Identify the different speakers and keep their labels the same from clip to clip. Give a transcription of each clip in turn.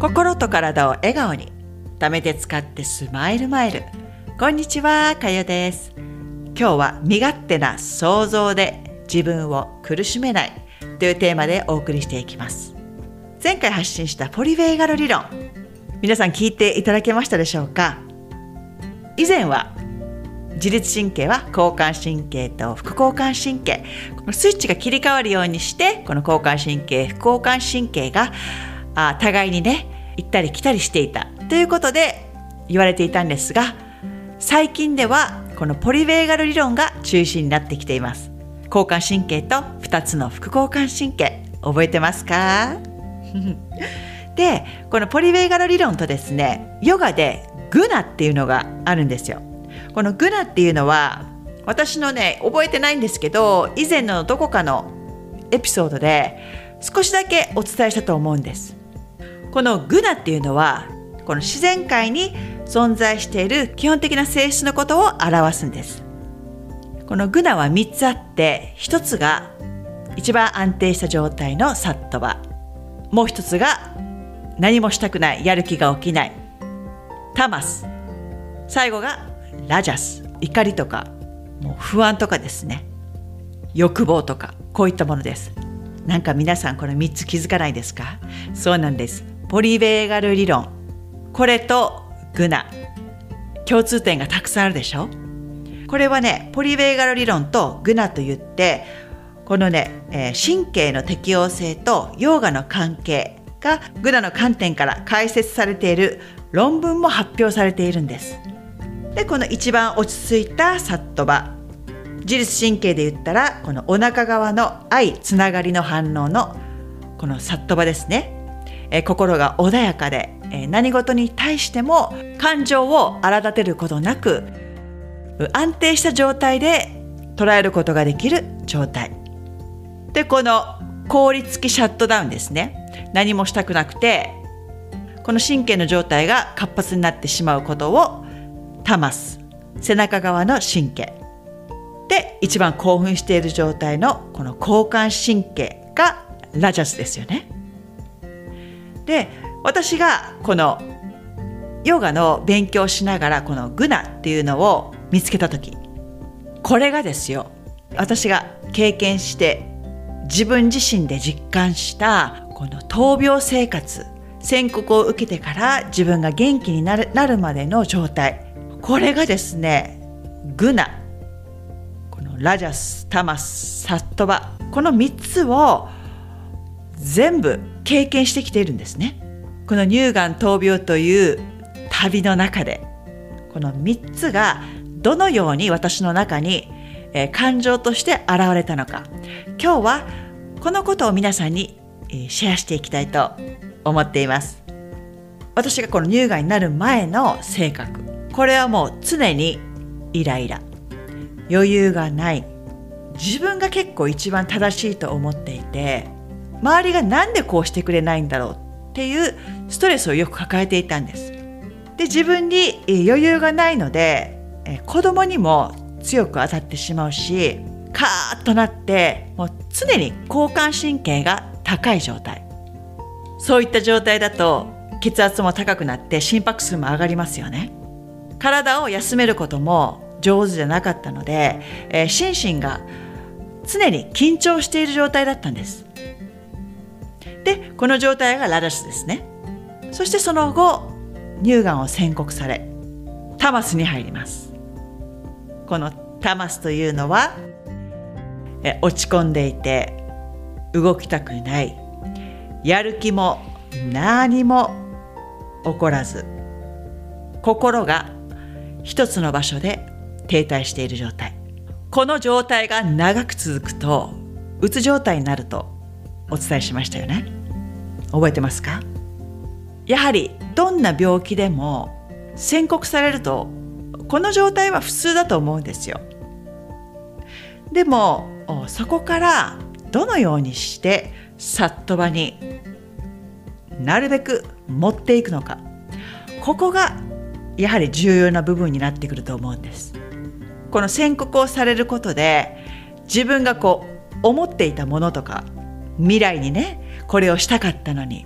Speaker 1: 心と体を笑顔に、貯めて使ってスマイルマイル。こんにちは、かよです。今日は身勝手な想像で自分を苦しめないというテーマでお送りしていきます。前回発信したポリヴェーガル理論、皆さん聞いていただけましたでしょうか？以前は自律神経は交感神経と副交感神経、このスイッチが切り替わるようにして、この交感神経、副交感神経が互いにね、行ったり来たりしていたということで言われていたんですが、最近ではこのポリヴェーガル理論が中心になってきています。交感神経と2つの副交感神経、覚えてますか？で、このポリヴェーガル理論とですね、ヨガでグナっていうのがあるんですよ。このグナっていうのは、私のね、覚えてないんですけど、以前のどこかのエピソードで少しだけお伝えしたと思うんです。このグナっていうのは、この自然界に存在している基本的な性質のことを表すんです。このグナは3つあって、1つが一番安定した状態のサットバ、もう1つが何もしたくない、やる気が起きないタマス、最後がラジャス、怒りとかもう不安とかですね、欲望とか、こういったものです。なんか皆さんこの3つ気づかないですか？そうなんです。ポリヴェーガル理論、これとグナ、共通点がたくさんあるでしょ。これはね、ポリヴェーガル理論とグナといって、このね、神経の適応性とヨガの関係がグナの観点から解説されている論文も発表されているんです。で、この一番落ち着いたサットバ、自律神経で言ったらこのお腹側の愛つながりの反応のこのサットバですね。心が穏やかで、何事に対しても感情を荒立てることなく、安定した状態で捉えることができる状態で、この効率的シャットダウンですね。何もしたくなくて、この神経の状態が活発になってしまうことをタマス、背中側の神経で、一番興奮している状態のこの交感神経がラジャスですよね。で、私がこのヨガの勉強しながらこのグナっていうのを見つけたとき、これがですよ、私が経験して自分自身で実感したこの闘病生活、宣告を受けてから自分が元気になるまでの状態、これがですね、グナ、このラジャス、タマス、サットバ、この3つを全部経験してきているんですね。この乳がん闘病という旅の中で、この3つがどのように私の中に、感情として現れたのか、今日はこのことを皆さんに、シェアしていきたいと思っています。私がこの乳がんになる前の性格、これはもう常にイライラ、余裕がない、自分が結構一番正しいと思っていて、周りがなんでこうしてくれないんだろうっていうストレスをよく抱えていたんです。で、自分に余裕がないので、子供にも強く当たってしまうし、カーッとなってもう常に交感神経が高い状態、そういった状態だと血圧も高くなって心拍数も上がりますよね。体を休めることも上手じゃなかったので、心身が常に緊張している状態だったんです。で、この状態がラジャスですね。そしてその後、乳がんを宣告され、タマスに入ります。このタマスというのは、落ち込んでいて動きたくない、やる気も何も起こらず、心が一つの場所で停滞している状態。この状態が長く続くとうつ状態になるとお伝えしましたよね。覚えてますか？やはりどんな病気でも宣告されるとこの状態は普通だと思うんですよ。でもそこからどのようにしてサットバになるべく持っていくのか、ここがやはり重要な部分になってくると思うんです。この宣告をされることで、自分が思っていたものとか、未来にね、これをしたかったのに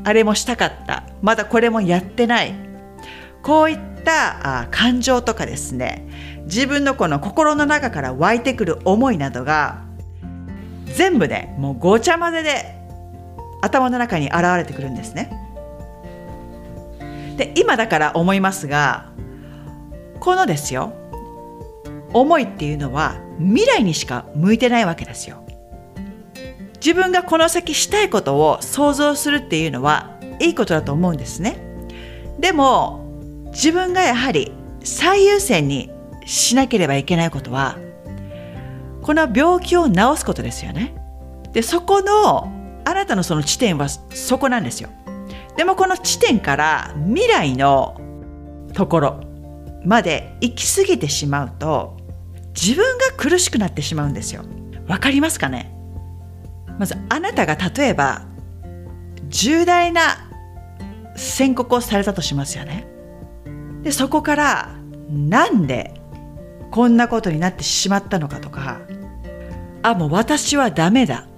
Speaker 1: あれもしたかった、まだこれもやってない、こういった感情とかですね、自分のこの心の中から湧いてくる思いなどが全部ね、もうごちゃ混ぜで頭の中に現れてくるんですね。で、今だから思いますが、このですよ、思いっていうのは未来にしか向いてないわけですよ。自分がこの先したいことを想像するっていうのはいいことだと思うんですね。でも自分がやはり最優先にしなければいけないことは、この病気を治すことですよね。で、そこのあなたのその地点はそこなんですよ。でもこの地点から未来のところまで行き過ぎてしまうと、自分が苦しくなってしまうんですよ。わかりますかね。まずあなたが例えば重大な宣告をされたとしますよね。で、そこからなんでこんなことになってしまったのかとか、もう私はダメだ、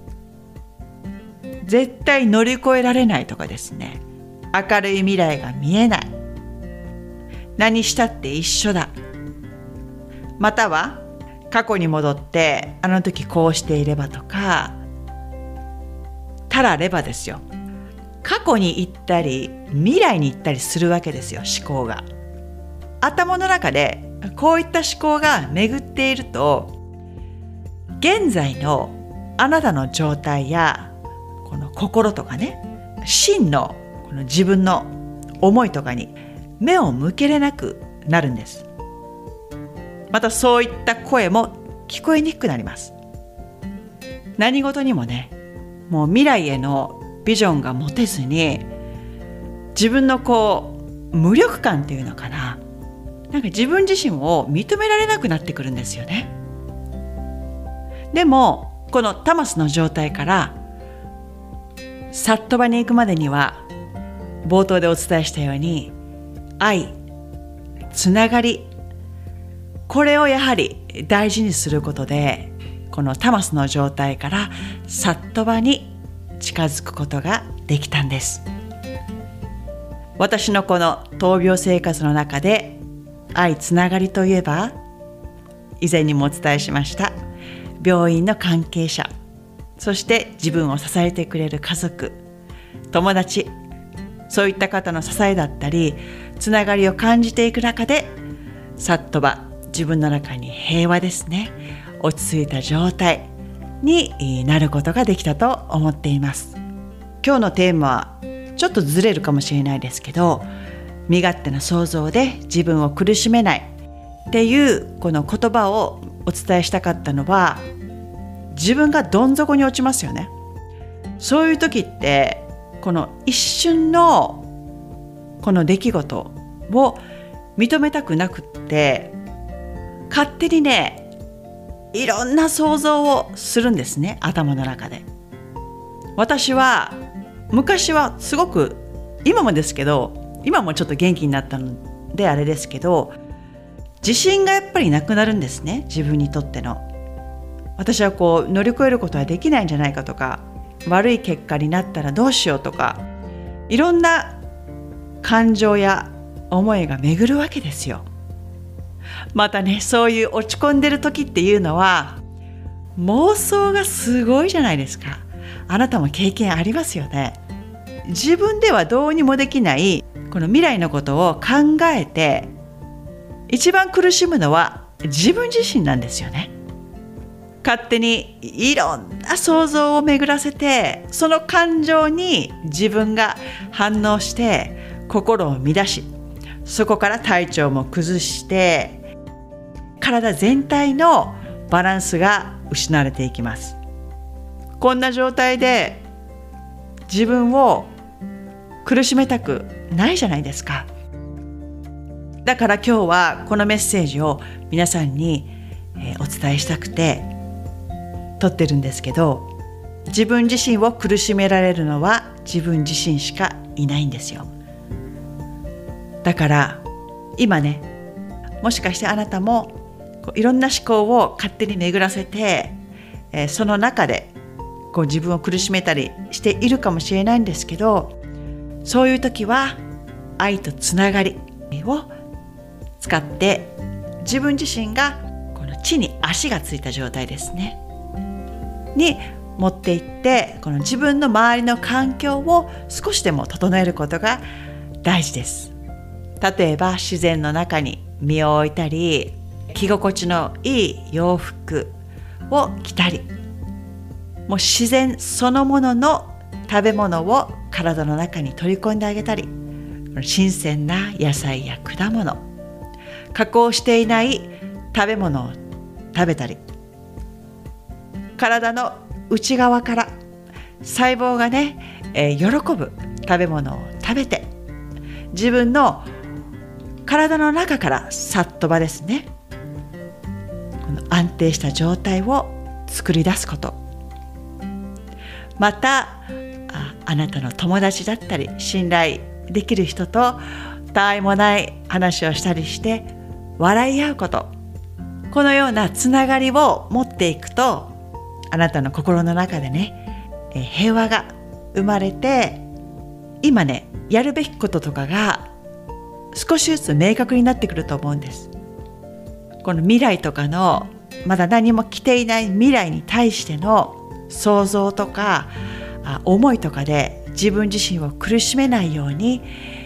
Speaker 1: 絶対乗り越えられないとかですね、明るい未来が見えない、何したって一緒だ、または過去に戻ってあの時こうしていればとか、たらればですよ。過去に行ったり未来に行ったりするわけですよ。思考が頭の中でこういった思考が巡っていると、現在のあなたの状態やこの心とかね、真のこの自分の思いとかに目を向けれなくなるんです。またそういった声も聞こえにくくなります。何事にもね、もう未来へのビジョンが持てずに、自分の無力感っていうのかな、なんか自分自身を認められなくなってくるんですよね。でもこのタマスの状態からサットバに行くまでには、冒頭でお伝えしたように愛、つながり、これをやはり大事にすることで、このタマスの状態からサットバに近づくことができたんです。私のこの闘病生活の中で愛、つながりといえば、以前にもお伝えしました病院の関係者、そして自分を支えてくれる家族、友達、そういった方の支えだったりつながりを感じていく中で、サットバ、自分の中に平和ですね、落ち着いた状態になることができたと思っています。今日のテーマはちょっとずれるかもしれないですけど、身勝手な想像で自分を苦しめないっていうこの言葉をお伝えしたかったのは、自分がどん底に落ちますよね。そういう時ってこの一瞬のこの出来事を認めたくなくって、勝手にね、いろんな想像をするんですね、頭の中で。私は昔はすごく、今もですけど、今もちょっと元気になったのであれですけど、自信がやっぱりなくなるんですね、自分にとっての。私は乗り越えることはできないんじゃないかとか、悪い結果になったらどうしようとか、いろんな感情や思いが巡るわけですよ。またね、そういう落ち込んでる時っていうのは妄想がすごいじゃないですか。あなたも経験ありますよね。自分ではどうにもできないこの未来のことを考えて、一番苦しむのは自分自身なんですよね。勝手にいろんな想像を巡らせて、その感情に自分が反応して心を乱し、そこから体調も崩して体全体のバランスが失われていきます。こんな状態で自分を苦しめたくないじゃないですか。だから今日はこのメッセージを皆さんにお伝えしたくて撮ってるんですけど、自分自身を苦しめられるのは自分自身しかいないんですよ。だから今ね、もしかしてあなたもいろんな思考を勝手に巡らせて、その中で自分を苦しめたりしているかもしれないんですけど、 そういう時は愛とつながりを使って自分自身がこの地に足がついた状態ですねに持っていって、この自分の周りの環境を少しでも整えることが大事です。例えば自然の中に身を置いたり、着心地のいい洋服を着たり、もう自然そのものの食べ物を体の中に取り込んであげたり、新鮮な野菜や果物、加工していない食べ物を食べたり、体の内側から細胞がね、喜ぶ食べ物を食べて、自分の体の中からサッと場ですね、この安定した状態を作り出すこと。またあなたの友達だったり信頼できる人とたわいもない話をしたりして笑い合うこと、このようなつながりを持っていくと、あなたの心の中でね、平和が生まれて、今ねやるべきこととかが少しずつ明確になってくると思うんです。この未来とかのまだ何も来ていない未来に対しての想像とか思いとかで自分自身を苦しめないように、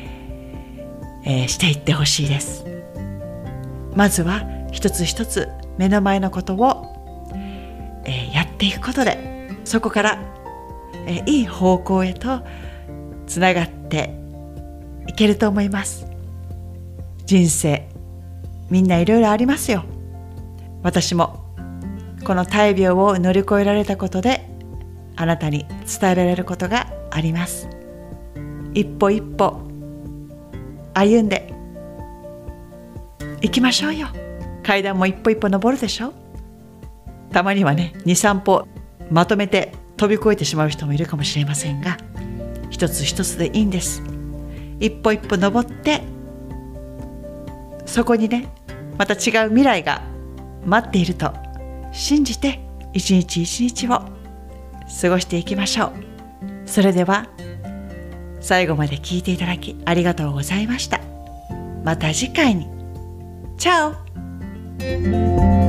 Speaker 1: していってほしいです。まずは一つ一つ目の前のことを、やっていくことで、そこから、いい方向へとつながっていけると思います。人生みんないろいろありますよ。私もこの大病を乗り越えられたことであなたに伝えられることがあります。一歩一歩歩んで行きましょうよ。階段も一歩一歩登るでしょ。たまにはね 2,3 歩まとめて飛び越えてしまう人もいるかもしれませんが、一つ一つでいいんです。一歩一歩登って、そこにねまた違う未来が待っていると信じて一日一日を過ごしていきましょう。それでは最後まで聞いていただきありがとうございました。また次回に。チャオ。